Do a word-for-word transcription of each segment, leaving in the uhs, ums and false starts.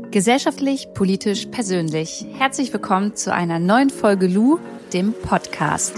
Gesellschaftlich, politisch, persönlich. Herzlich willkommen zu einer neuen Folge Lu, dem Podcast.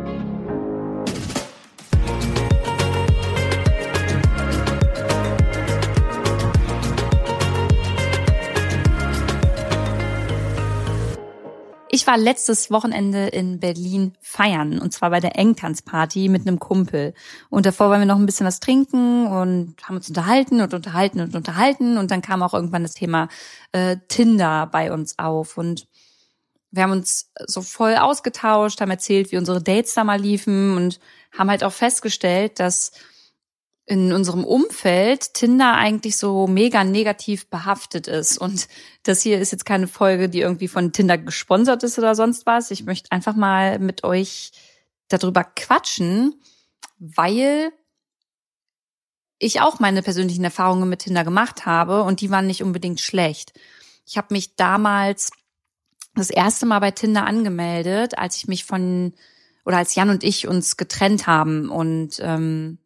Ich war letztes Wochenende in Berlin feiern, und zwar bei der Engtanzparty mit einem Kumpel. Und davor wollen wir noch ein bisschen was trinken und haben uns unterhalten und unterhalten und unterhalten. Und dann kam auch irgendwann das Thema äh, Tinder bei uns auf. Und wir haben uns so voll ausgetauscht, haben erzählt, wie unsere Dates da mal liefen und haben halt auch festgestellt, dass in unserem Umfeld Tinder eigentlich so mega negativ behaftet ist. Und das hier ist jetzt keine Folge, die irgendwie von Tinder gesponsert ist oder sonst was. Ich möchte einfach mal mit euch darüber quatschen, weil ich auch meine persönlichen Erfahrungen mit Tinder gemacht habe und die waren nicht unbedingt schlecht. Ich habe mich damals das erste Mal bei Tinder angemeldet, als ich mich von, oder als Jan und ich uns getrennt haben, und ähm,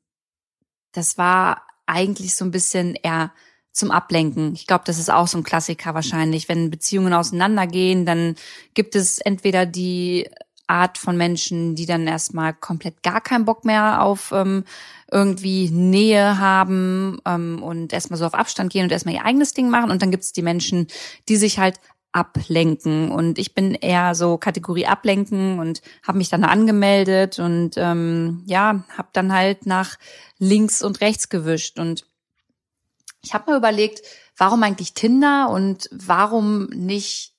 das war eigentlich so ein bisschen eher zum Ablenken. Ich glaube, das ist auch so ein Klassiker wahrscheinlich. Wenn Beziehungen auseinandergehen, dann gibt es entweder die Art von Menschen, die dann erstmal komplett gar keinen Bock mehr auf ähm, irgendwie Nähe haben ähm, und erstmal so auf Abstand gehen und erstmal ihr eigenes Ding machen. Und dann gibt es die Menschen, die sich halt ablenken. Und ich bin eher so Kategorie ablenken und habe mich dann angemeldet und ähm, ja, habe dann halt nach links und rechts gewischt. Und ich habe mir überlegt, warum eigentlich Tinder und warum nicht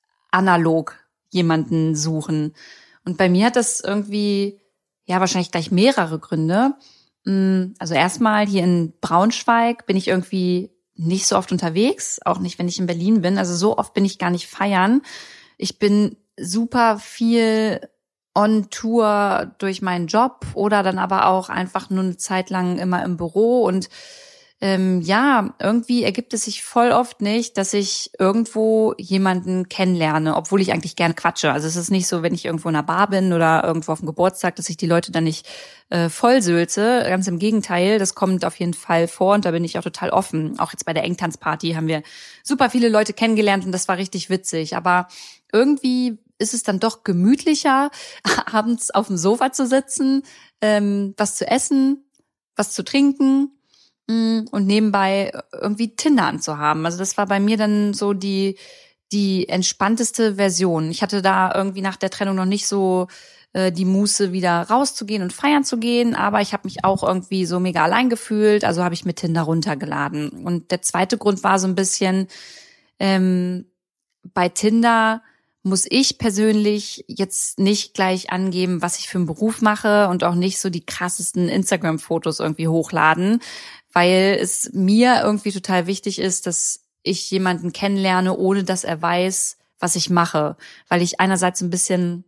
analog jemanden suchen? Und bei mir hat das irgendwie, ja, wahrscheinlich gleich mehrere Gründe. Also erstmal hier in Braunschweig bin ich irgendwie nicht so oft unterwegs, auch nicht, wenn ich in Berlin bin. Also so oft bin ich gar nicht feiern. Ich bin super viel on Tour durch meinen Job oder dann aber auch einfach nur eine Zeit lang immer im Büro. Und ähm, ja, irgendwie ergibt es sich voll oft nicht, dass ich irgendwo jemanden kennenlerne, obwohl ich eigentlich gerne quatsche. Also es ist nicht so, wenn ich irgendwo in einer Bar bin oder irgendwo auf dem Geburtstag, dass ich die Leute dann nicht äh, vollsülze. Ganz im Gegenteil, das kommt auf jeden Fall vor und da bin ich auch total offen. Auch jetzt bei der Engtanzparty haben wir super viele Leute kennengelernt und das war richtig witzig. Aber irgendwie ist es dann doch gemütlicher, abends auf dem Sofa zu sitzen, ähm, was zu essen, was zu trinken und nebenbei irgendwie Tinder anzuhaben. Also das war bei mir dann so die die entspannteste Version. Ich hatte da irgendwie nach der Trennung noch nicht so äh, die Muße, wieder rauszugehen und feiern zu gehen, aber ich habe mich auch irgendwie so mega allein gefühlt, also habe ich mir Tinder runtergeladen. Und der zweite Grund war so ein bisschen, ähm, bei Tinder muss ich persönlich jetzt nicht gleich angeben, was ich für einen Beruf mache und auch nicht so die krassesten Instagram-Fotos irgendwie hochladen, weil es mir irgendwie total wichtig ist, dass ich jemanden kennenlerne, ohne dass er weiß, was ich mache. Weil ich einerseits ein bisschen,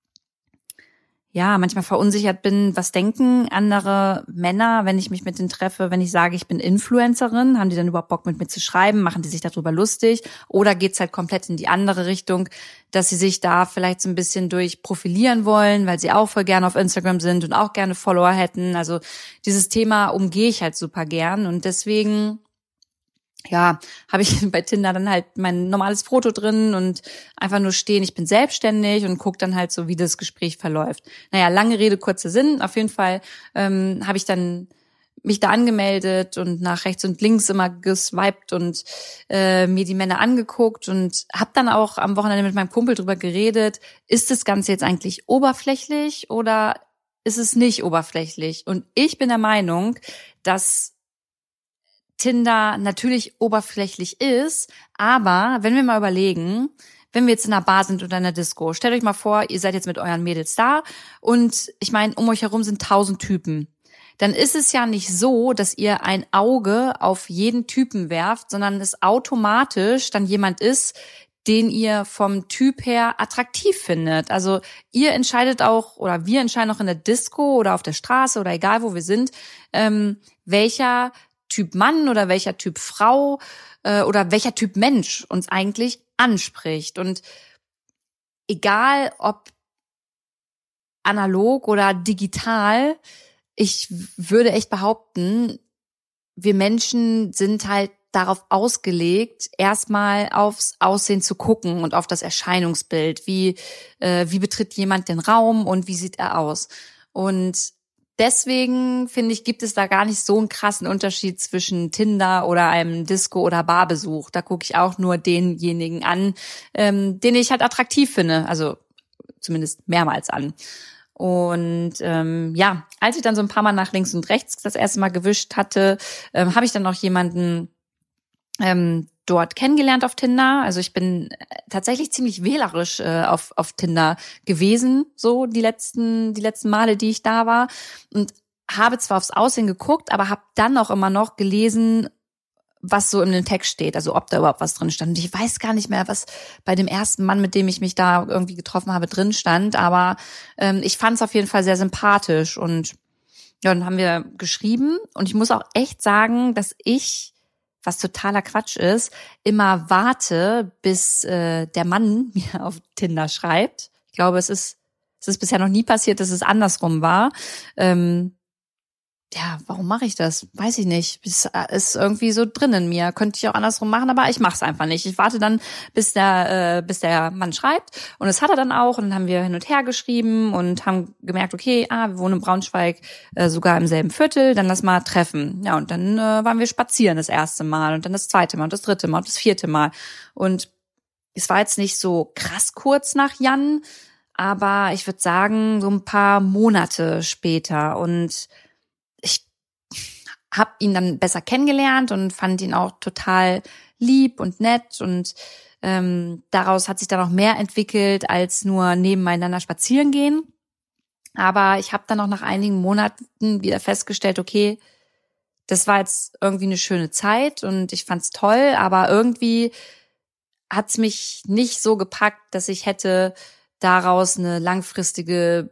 ja, manchmal verunsichert bin, was denken andere Männer, wenn ich mich mit denen treffe, wenn ich sage, ich bin Influencerin, haben die dann überhaupt Bock mit mir zu schreiben, machen die sich darüber lustig oder geht's halt komplett in die andere Richtung, dass sie sich da vielleicht so ein bisschen durch profilieren wollen, weil sie auch voll gerne auf Instagram sind und auch gerne Follower hätten. Also dieses Thema umgehe ich halt super gern und deswegen ja, habe ich bei Tinder dann halt mein normales Foto drin und einfach nur stehen, ich bin selbstständig und gucke dann halt so, wie das Gespräch verläuft. Naja, lange Rede, kurzer Sinn. Auf jeden Fall ähm, habe ich dann mich da angemeldet und nach rechts und links immer geswiped und äh, mir die Männer angeguckt und habe dann auch am Wochenende mit meinem Kumpel drüber geredet, ist das Ganze jetzt eigentlich oberflächlich oder ist es nicht oberflächlich? Und ich bin der Meinung, dass Tinder natürlich oberflächlich ist, aber wenn wir mal überlegen, wenn wir jetzt in einer Bar sind oder in einer Disco, stellt euch mal vor, ihr seid jetzt mit euren Mädels da und ich meine, um euch herum sind tausend Typen. Dann ist es ja nicht so, dass ihr ein Auge auf jeden Typen werft, sondern es automatisch dann jemand ist, den ihr vom Typ her attraktiv findet. Also ihr entscheidet auch, oder wir entscheiden auch in der Disco oder auf der Straße oder egal wo wir sind, ähm, welcher Typ Mann oder welcher Typ Frau äh, oder welcher Typ Mensch uns eigentlich anspricht. Und egal ob analog oder digital, ich würde echt behaupten, wir Menschen sind halt darauf ausgelegt, erstmal aufs Aussehen zu gucken und auf das Erscheinungsbild. Wie, äh, wie betritt jemand den Raum und wie sieht er aus? Und deswegen, finde ich, gibt es da gar nicht so einen krassen Unterschied zwischen Tinder oder einem Disco- oder Barbesuch. Da gucke ich auch nur denjenigen an, ähm, den ich halt attraktiv finde. Also zumindest mehrmals an. Und ähm, ja, als ich dann so ein paar Mal nach links und rechts das erste Mal gewischt hatte, ähm, habe ich dann noch jemanden ähm, dort kennengelernt auf Tinder. Also ich bin tatsächlich ziemlich wählerisch äh, auf auf Tinder gewesen, so die letzten die letzten Male, die ich da war, und habe zwar aufs Aussehen geguckt, aber habe dann auch immer noch gelesen, was so in dem Text steht, also ob da überhaupt was drin stand. Und ich weiß gar nicht mehr, was bei dem ersten Mann, mit dem ich mich da irgendwie getroffen habe, drin stand, aber ähm, ich fand es auf jeden Fall sehr sympathisch. Und ja, dann haben wir geschrieben, und ich muss auch echt sagen, dass ich, was totaler Quatsch ist, immer warte, bis äh, der Mann mir auf Tinder schreibt. Ich glaube, es ist es ist bisher noch nie passiert, dass es andersrum war. Ähm, Ja, warum mache ich das? Weiß ich nicht. Es ist irgendwie so drin in mir. Könnte ich auch andersrum machen, aber ich mache es einfach nicht. Ich warte dann, bis der, äh, bis der Mann schreibt. Und das hat er dann auch. Und dann haben wir hin und her geschrieben und haben gemerkt, okay, ah, wir wohnen in Braunschweig, äh, sogar im selben Viertel. Dann lass mal treffen. Ja, und dann äh, waren wir spazieren das erste Mal und dann das zweite Mal und das dritte Mal und das vierte Mal. Und es war jetzt nicht so krass kurz nach Jan, aber ich würde sagen, so ein paar Monate später. Und ich habe ihn dann besser kennengelernt und fand ihn auch total lieb und nett, und ähm, daraus hat sich dann auch mehr entwickelt als nur nebeneinander spazieren gehen. Aber ich habe dann auch nach einigen Monaten wieder festgestellt, okay, das war jetzt irgendwie eine schöne Zeit und ich fand's toll, aber irgendwie hat's mich nicht so gepackt, dass ich hätte daraus eine langfristige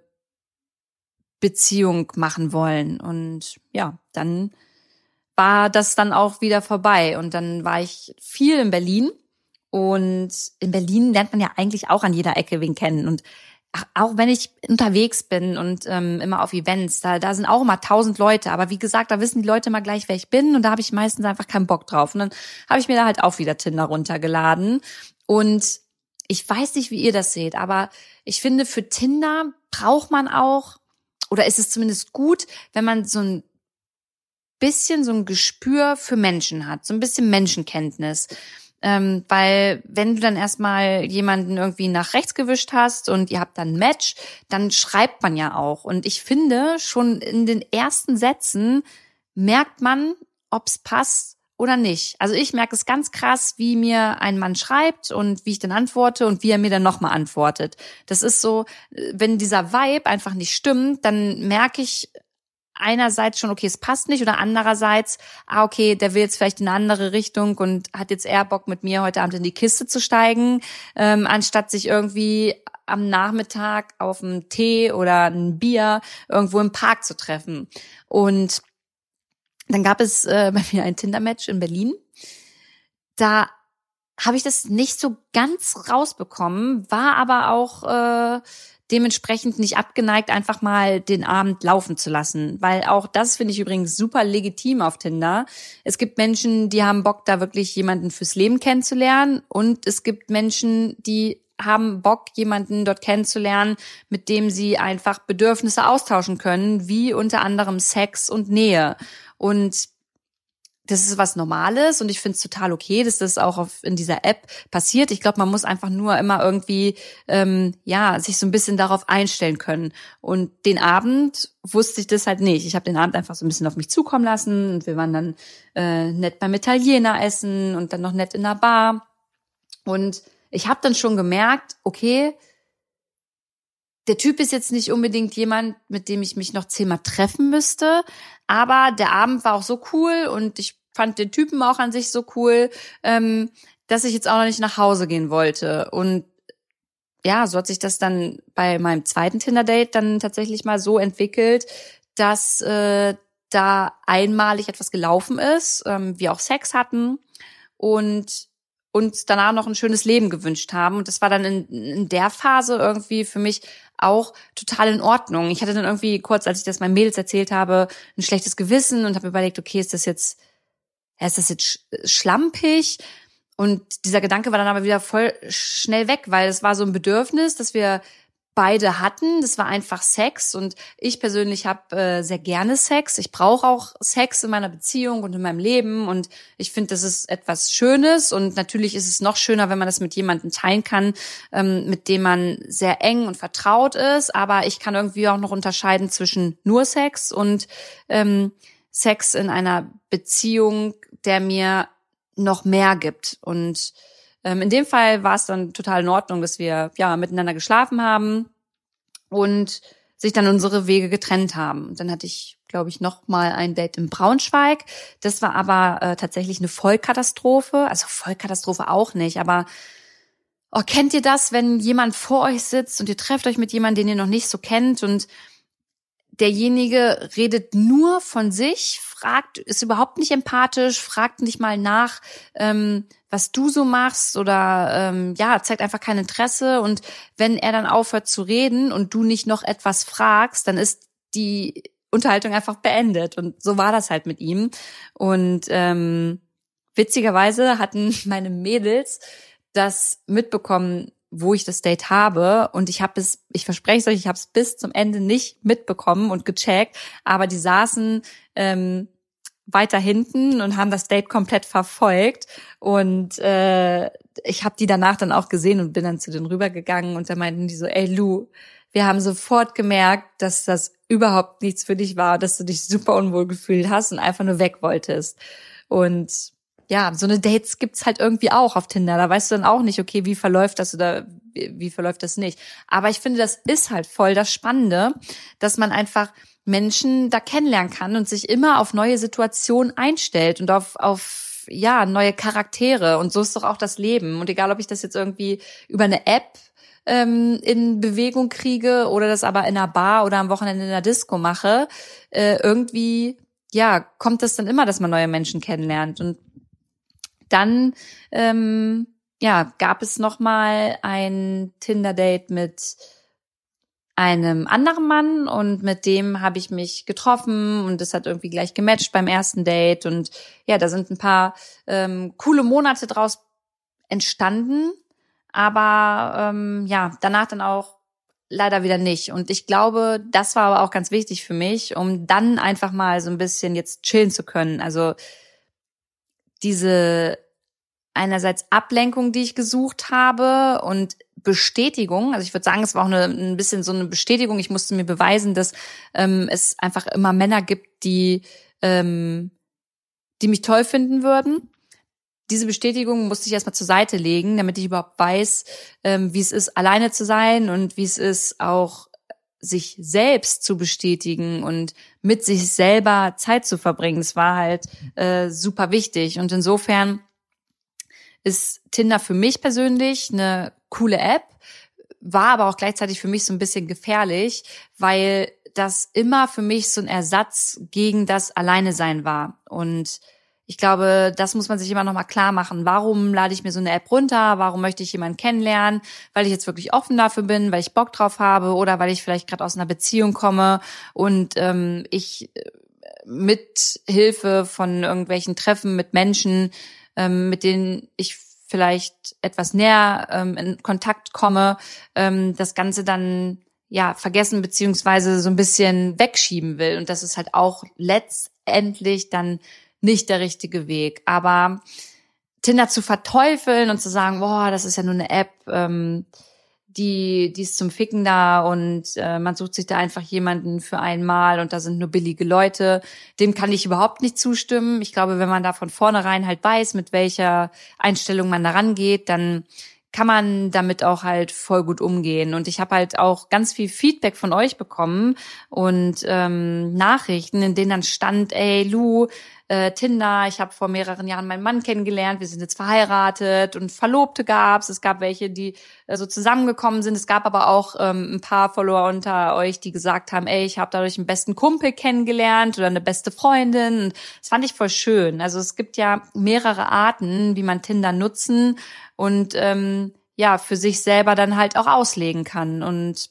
Beziehung machen wollen. Und ja, dann war das dann auch wieder vorbei. Und dann war ich viel in Berlin. Und in Berlin lernt man ja eigentlich auch an jeder Ecke wen kennen. Und auch wenn ich unterwegs bin und ähm, immer auf Events, da, da sind auch immer tausend Leute. Aber wie gesagt, da wissen die Leute immer gleich, wer ich bin. Und da habe ich meistens einfach keinen Bock drauf. Und dann habe ich mir da halt auch wieder Tinder runtergeladen. Und ich weiß nicht, wie ihr das seht, aber ich finde, für Tinder braucht man auch, oder ist es zumindest gut, wenn man so ein bisschen so ein Gespür für Menschen hat, so ein bisschen Menschenkenntnis. Ähm, weil wenn du dann erstmal jemanden irgendwie nach rechts gewischt hast und ihr habt dann ein Match, dann schreibt man ja auch. Und ich finde, schon in den ersten Sätzen merkt man, ob's passt oder nicht. Also ich merke es ganz krass, wie mir ein Mann schreibt und wie ich dann antworte und wie er mir dann nochmal antwortet. Das ist so, wenn dieser Vibe einfach nicht stimmt, dann merke ich einerseits schon, okay, es passt nicht, oder andererseits, ah, okay, der will jetzt vielleicht in eine andere Richtung und hat jetzt eher Bock, mit mir heute Abend in die Kiste zu steigen, ähm, anstatt sich irgendwie am Nachmittag auf einen Tee oder ein Bier irgendwo im Park zu treffen. Und dann gab es äh, bei mir ein Tinder-Match in Berlin. Da habe ich das nicht so ganz rausbekommen, war aber auch äh, dementsprechend nicht abgeneigt, einfach mal den Abend laufen zu lassen. Weil auch das finde ich übrigens super legitim auf Tinder. Es gibt Menschen, die haben Bock, da wirklich jemanden fürs Leben kennenzulernen. Und es gibt Menschen, die haben Bock, jemanden dort kennenzulernen, mit dem sie einfach Bedürfnisse austauschen können, wie unter anderem Sex und Nähe. Und das ist was Normales, und ich finde es total okay, dass das auch auf, in dieser App passiert. Ich glaube, man muss einfach nur immer irgendwie ähm, ja sich so ein bisschen darauf einstellen können. Und den Abend wusste ich das halt nicht. Ich habe den Abend einfach so ein bisschen auf mich zukommen lassen, und wir waren dann äh, nett beim Italiener essen und dann noch nett in der Bar. Und ich habe dann schon gemerkt, okay, der Typ ist jetzt nicht unbedingt jemand, mit dem ich mich noch zehnmal treffen müsste, aber der Abend war auch so cool und ich fand den Typen auch an sich so cool, ähm, dass ich jetzt auch noch nicht nach Hause gehen wollte. Und ja, so hat sich das dann bei meinem zweiten Tinder-Date dann tatsächlich mal so entwickelt, dass äh, da einmalig etwas gelaufen ist, ähm, wir auch Sex hatten und uns danach noch ein schönes Leben gewünscht haben. Und das war dann in, in der Phase irgendwie für mich auch total in Ordnung. Ich hatte dann irgendwie kurz, als ich das meinen Mädels erzählt habe, ein schlechtes Gewissen und habe überlegt, okay, ist das jetzt ja, ist das jetzt sch- schlampig? Und dieser Gedanke war dann aber wieder voll schnell weg, weil es war so ein Bedürfnis, das wir beide hatten. Das war einfach Sex und ich persönlich habe äh, sehr gerne Sex. Ich brauche auch Sex in meiner Beziehung und in meinem Leben und ich finde, das ist etwas Schönes und natürlich ist es noch schöner, wenn man das mit jemandem teilen kann, ähm, mit dem man sehr eng und vertraut ist. Aber ich kann irgendwie auch noch unterscheiden zwischen nur Sex und ähm, Sex in einer Beziehung, der mir noch mehr gibt. Und ähm, in dem Fall war es dann total in Ordnung, dass wir ja miteinander geschlafen haben und sich dann unsere Wege getrennt haben. Und dann hatte ich, glaube ich, noch mal ein Date in Braunschweig. Das war aber äh, tatsächlich eine Vollkatastrophe. Also Vollkatastrophe auch nicht, aber oh, kennt ihr das, wenn jemand vor euch sitzt und ihr trefft euch mit jemandem, den ihr noch nicht so kennt und derjenige redet nur von sich, fragt, ist überhaupt nicht empathisch, fragt nicht mal nach, ähm, was du so machst oder ähm, ja, zeigt einfach kein Interesse. Und wenn er dann aufhört zu reden und du nicht noch etwas fragst, dann ist die Unterhaltung einfach beendet. Und so war das halt mit ihm. Und ähm, witzigerweise hatten meine Mädels das mitbekommen, wo ich das Date habe und ich habe es, ich verspreche es euch, ich habe es bis zum Ende nicht mitbekommen und gecheckt, aber die saßen ähm, weiter hinten und haben das Date komplett verfolgt und äh, ich habe die danach dann auch gesehen und bin dann zu denen rübergegangen und da meinten die so, ey Lu, wir haben sofort gemerkt, dass das überhaupt nichts für dich war, dass du dich super unwohl gefühlt hast und einfach nur weg wolltest. Und ja, so eine Dates gibt's halt irgendwie auch auf Tinder. Da weißt du dann auch nicht, okay, wie verläuft das oder wie, wie verläuft das nicht. Aber ich finde, das ist halt voll das Spannende, dass man einfach Menschen da kennenlernen kann und sich immer auf neue Situationen einstellt und auf, auf, ja, neue Charaktere. Und so ist doch auch das Leben. Und egal, ob ich das jetzt irgendwie über eine App ähm, in Bewegung kriege oder das aber in einer Bar oder am Wochenende in einer Disco mache, äh, irgendwie, ja, kommt es dann immer, dass man neue Menschen kennenlernt. Und dann ähm, ja, gab es noch mal ein Tinder-Date mit einem anderen Mann und mit dem habe ich mich getroffen und das hat irgendwie gleich gematcht beim ersten Date und ja, da sind ein paar ähm, coole Monate draus entstanden, aber ähm, ja, danach dann auch leider wieder nicht. Und ich glaube, das war aber auch ganz wichtig für mich, um dann einfach mal so ein bisschen jetzt chillen zu können. Also diese einerseits Ablenkung, die ich gesucht habe und Bestätigung. Also ich würde sagen, es war auch eine, ein bisschen so eine Bestätigung. Ich musste mir beweisen, dass ähm, es einfach immer Männer gibt, die ähm, die mich toll finden würden. Diese Bestätigung musste ich erstmal zur Seite legen, damit ich überhaupt weiß, ähm, wie es ist, alleine zu sein und wie es ist, auch sich selbst zu bestätigen und mit sich selber Zeit zu verbringen. Das war halt äh, super wichtig. Und insofern ist Tinder für mich persönlich eine coole App, war aber auch gleichzeitig für mich so ein bisschen gefährlich, weil das immer für mich so ein Ersatz gegen das Alleine-Sein war. Und ich glaube, das muss man sich immer noch mal klar machen. Warum lade ich mir so eine App runter? Warum möchte ich jemanden kennenlernen? Weil ich jetzt wirklich offen dafür bin, weil ich Bock drauf habe oder weil ich vielleicht gerade aus einer Beziehung komme und ähm, ich mit Hilfe von irgendwelchen Treffen mit Menschen, ähm, mit denen ich vielleicht etwas näher ähm, in Kontakt komme, ähm, das Ganze dann ja vergessen beziehungsweise so ein bisschen wegschieben will. Und das ist halt auch letztendlich dann nicht der richtige Weg. Aber Tinder zu verteufeln und zu sagen, boah, das ist ja nur eine App, ähm, die, die ist zum Ficken da und äh, man sucht sich da einfach jemanden für einmal und da sind nur billige Leute. Dem kann ich überhaupt nicht zustimmen. Ich glaube, wenn man da von vornherein halt weiß, mit welcher Einstellung man da rangeht, dann kann man damit auch halt voll gut umgehen. Und ich habe halt auch ganz viel Feedback von euch bekommen und ähm, Nachrichten, in denen dann stand, ey Lu, äh, Tinder, ich habe vor mehreren Jahren meinen Mann kennengelernt, wir sind jetzt verheiratet und Verlobte gab's. Es gab welche, die äh, so zusammengekommen sind. Es gab aber auch ähm, ein paar Follower unter euch, die gesagt haben, ey, ich habe dadurch einen besten Kumpel kennengelernt oder eine beste Freundin. Und das fand ich voll schön. Also es gibt ja mehrere Arten, wie man Tinder nutzen und ähm, ja, für sich selber dann halt auch auslegen kann. Und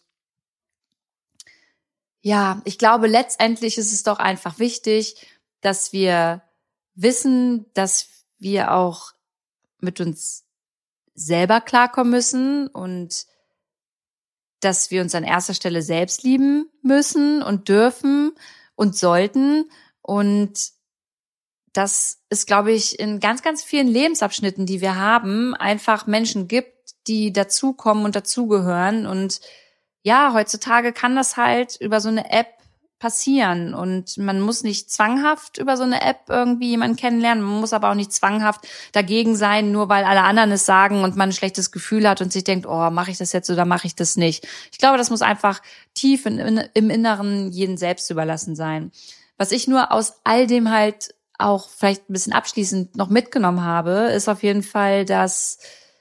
ja, ich glaube, letztendlich ist es doch einfach wichtig, dass wir wissen, dass wir auch mit uns selber klarkommen müssen und dass wir uns an erster Stelle selbst lieben müssen und dürfen und sollten. Und dass es, glaube ich, in ganz, ganz vielen Lebensabschnitten, die wir haben, einfach Menschen gibt, die dazukommen und dazugehören. Und ja, heutzutage kann das halt über so eine App passieren. Und man muss nicht zwanghaft über so eine App irgendwie jemanden kennenlernen. Man muss aber auch nicht zwanghaft dagegen sein, nur weil alle anderen es sagen und man ein schlechtes Gefühl hat und sich denkt, oh, mache ich das jetzt oder mache ich das nicht. Ich glaube, das muss einfach tief in, in, im Inneren jeden selbst überlassen sein. Was ich nur aus all dem halt auch vielleicht ein bisschen abschließend noch mitgenommen habe, ist auf jeden Fall, dass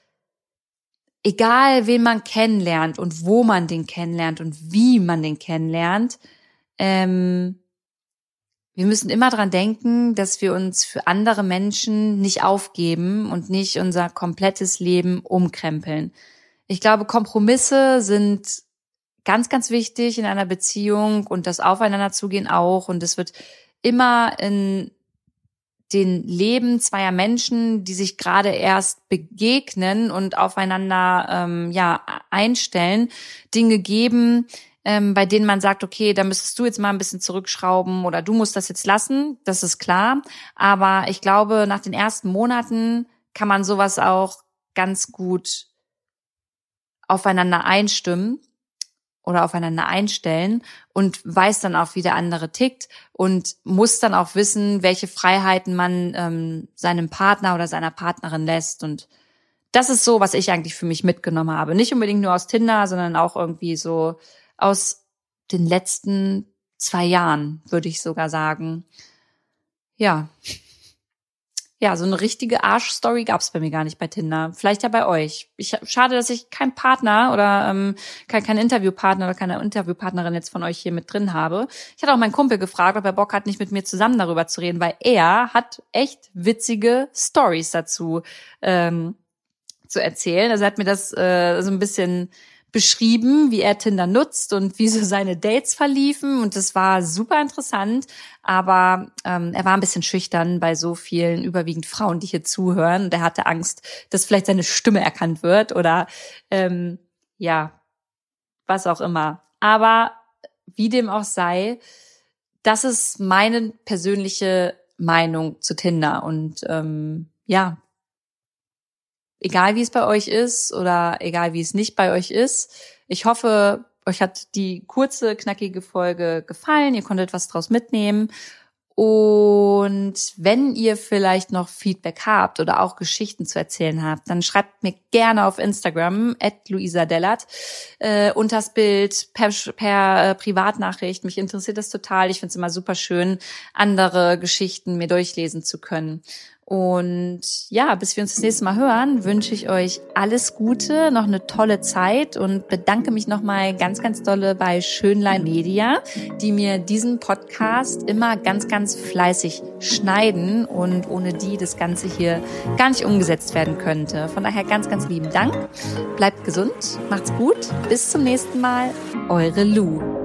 egal wen man kennenlernt und wo man den kennenlernt und wie man den kennenlernt, ähm, wir müssen immer dran denken, dass wir uns für andere Menschen nicht aufgeben und nicht unser komplettes Leben umkrempeln. Ich glaube, Kompromisse sind ganz, ganz wichtig in einer Beziehung und das Aufeinanderzugehen auch. Und es wird immer in den Leben zweier Menschen, die sich gerade erst begegnen und aufeinander ähm, ja einstellen, Dinge geben, ähm, bei denen man sagt, okay, da müsstest du jetzt mal ein bisschen zurückschrauben oder du musst das jetzt lassen, das ist klar. Aber ich glaube, nach den ersten Monaten kann man sowas auch ganz gut aufeinander einstimmen oder aufeinander einstellen und weiß dann auch, wie der andere tickt und muss dann auch wissen, welche Freiheiten man ähm, seinem Partner oder seiner Partnerin lässt. Und das ist so, was ich eigentlich für mich mitgenommen habe. Nicht unbedingt nur aus Tinder, sondern auch irgendwie so aus den letzten zwei Jahren, würde ich sogar sagen. Ja. Ja, so eine richtige Arschstory gab's bei mir gar nicht bei Tinder. Vielleicht ja bei euch. Ich, schade, dass ich keinen Partner oder ähm, keinen kein Interviewpartner oder keine Interviewpartnerin jetzt von euch hier mit drin habe. Ich hatte auch meinen Kumpel gefragt, ob er Bock hat, nicht mit mir zusammen darüber zu reden, weil er hat echt witzige Stories dazu ähm, zu erzählen. Also er hat mir das äh, so ein bisschen beschrieben, wie er Tinder nutzt und wie so seine Dates verliefen. Und das war super interessant. Aber ähm, er war ein bisschen schüchtern bei so vielen, überwiegend Frauen, die hier zuhören. Und er hatte Angst, dass vielleicht seine Stimme erkannt wird oder ähm, ja, was auch immer. Aber wie dem auch sei, das ist meine persönliche Meinung zu Tinder. Und ähm, ja, egal wie es bei euch ist oder egal wie es nicht bei euch ist. Ich hoffe, euch hat die kurze, knackige Folge gefallen. Ihr konntet was draus mitnehmen. Und wenn ihr vielleicht noch Feedback habt oder auch Geschichten zu erzählen habt, dann schreibt mir gerne auf Instagram at Luisa Dellert äh, unters Bild per, per äh, Privatnachricht. Mich interessiert das total. Ich finde es immer super schön, andere Geschichten mir durchlesen zu können. Und ja, bis wir uns das nächste Mal hören, wünsche ich euch alles Gute, noch eine tolle Zeit und bedanke mich nochmal ganz, ganz dolle bei Schönlein Media, die mir diesen Podcast immer ganz, ganz fleißig schneiden und ohne die das Ganze hier gar nicht umgesetzt werden könnte. Von daher ganz, ganz lieben Dank. Bleibt gesund, macht's gut, bis zum nächsten Mal, eure Lu.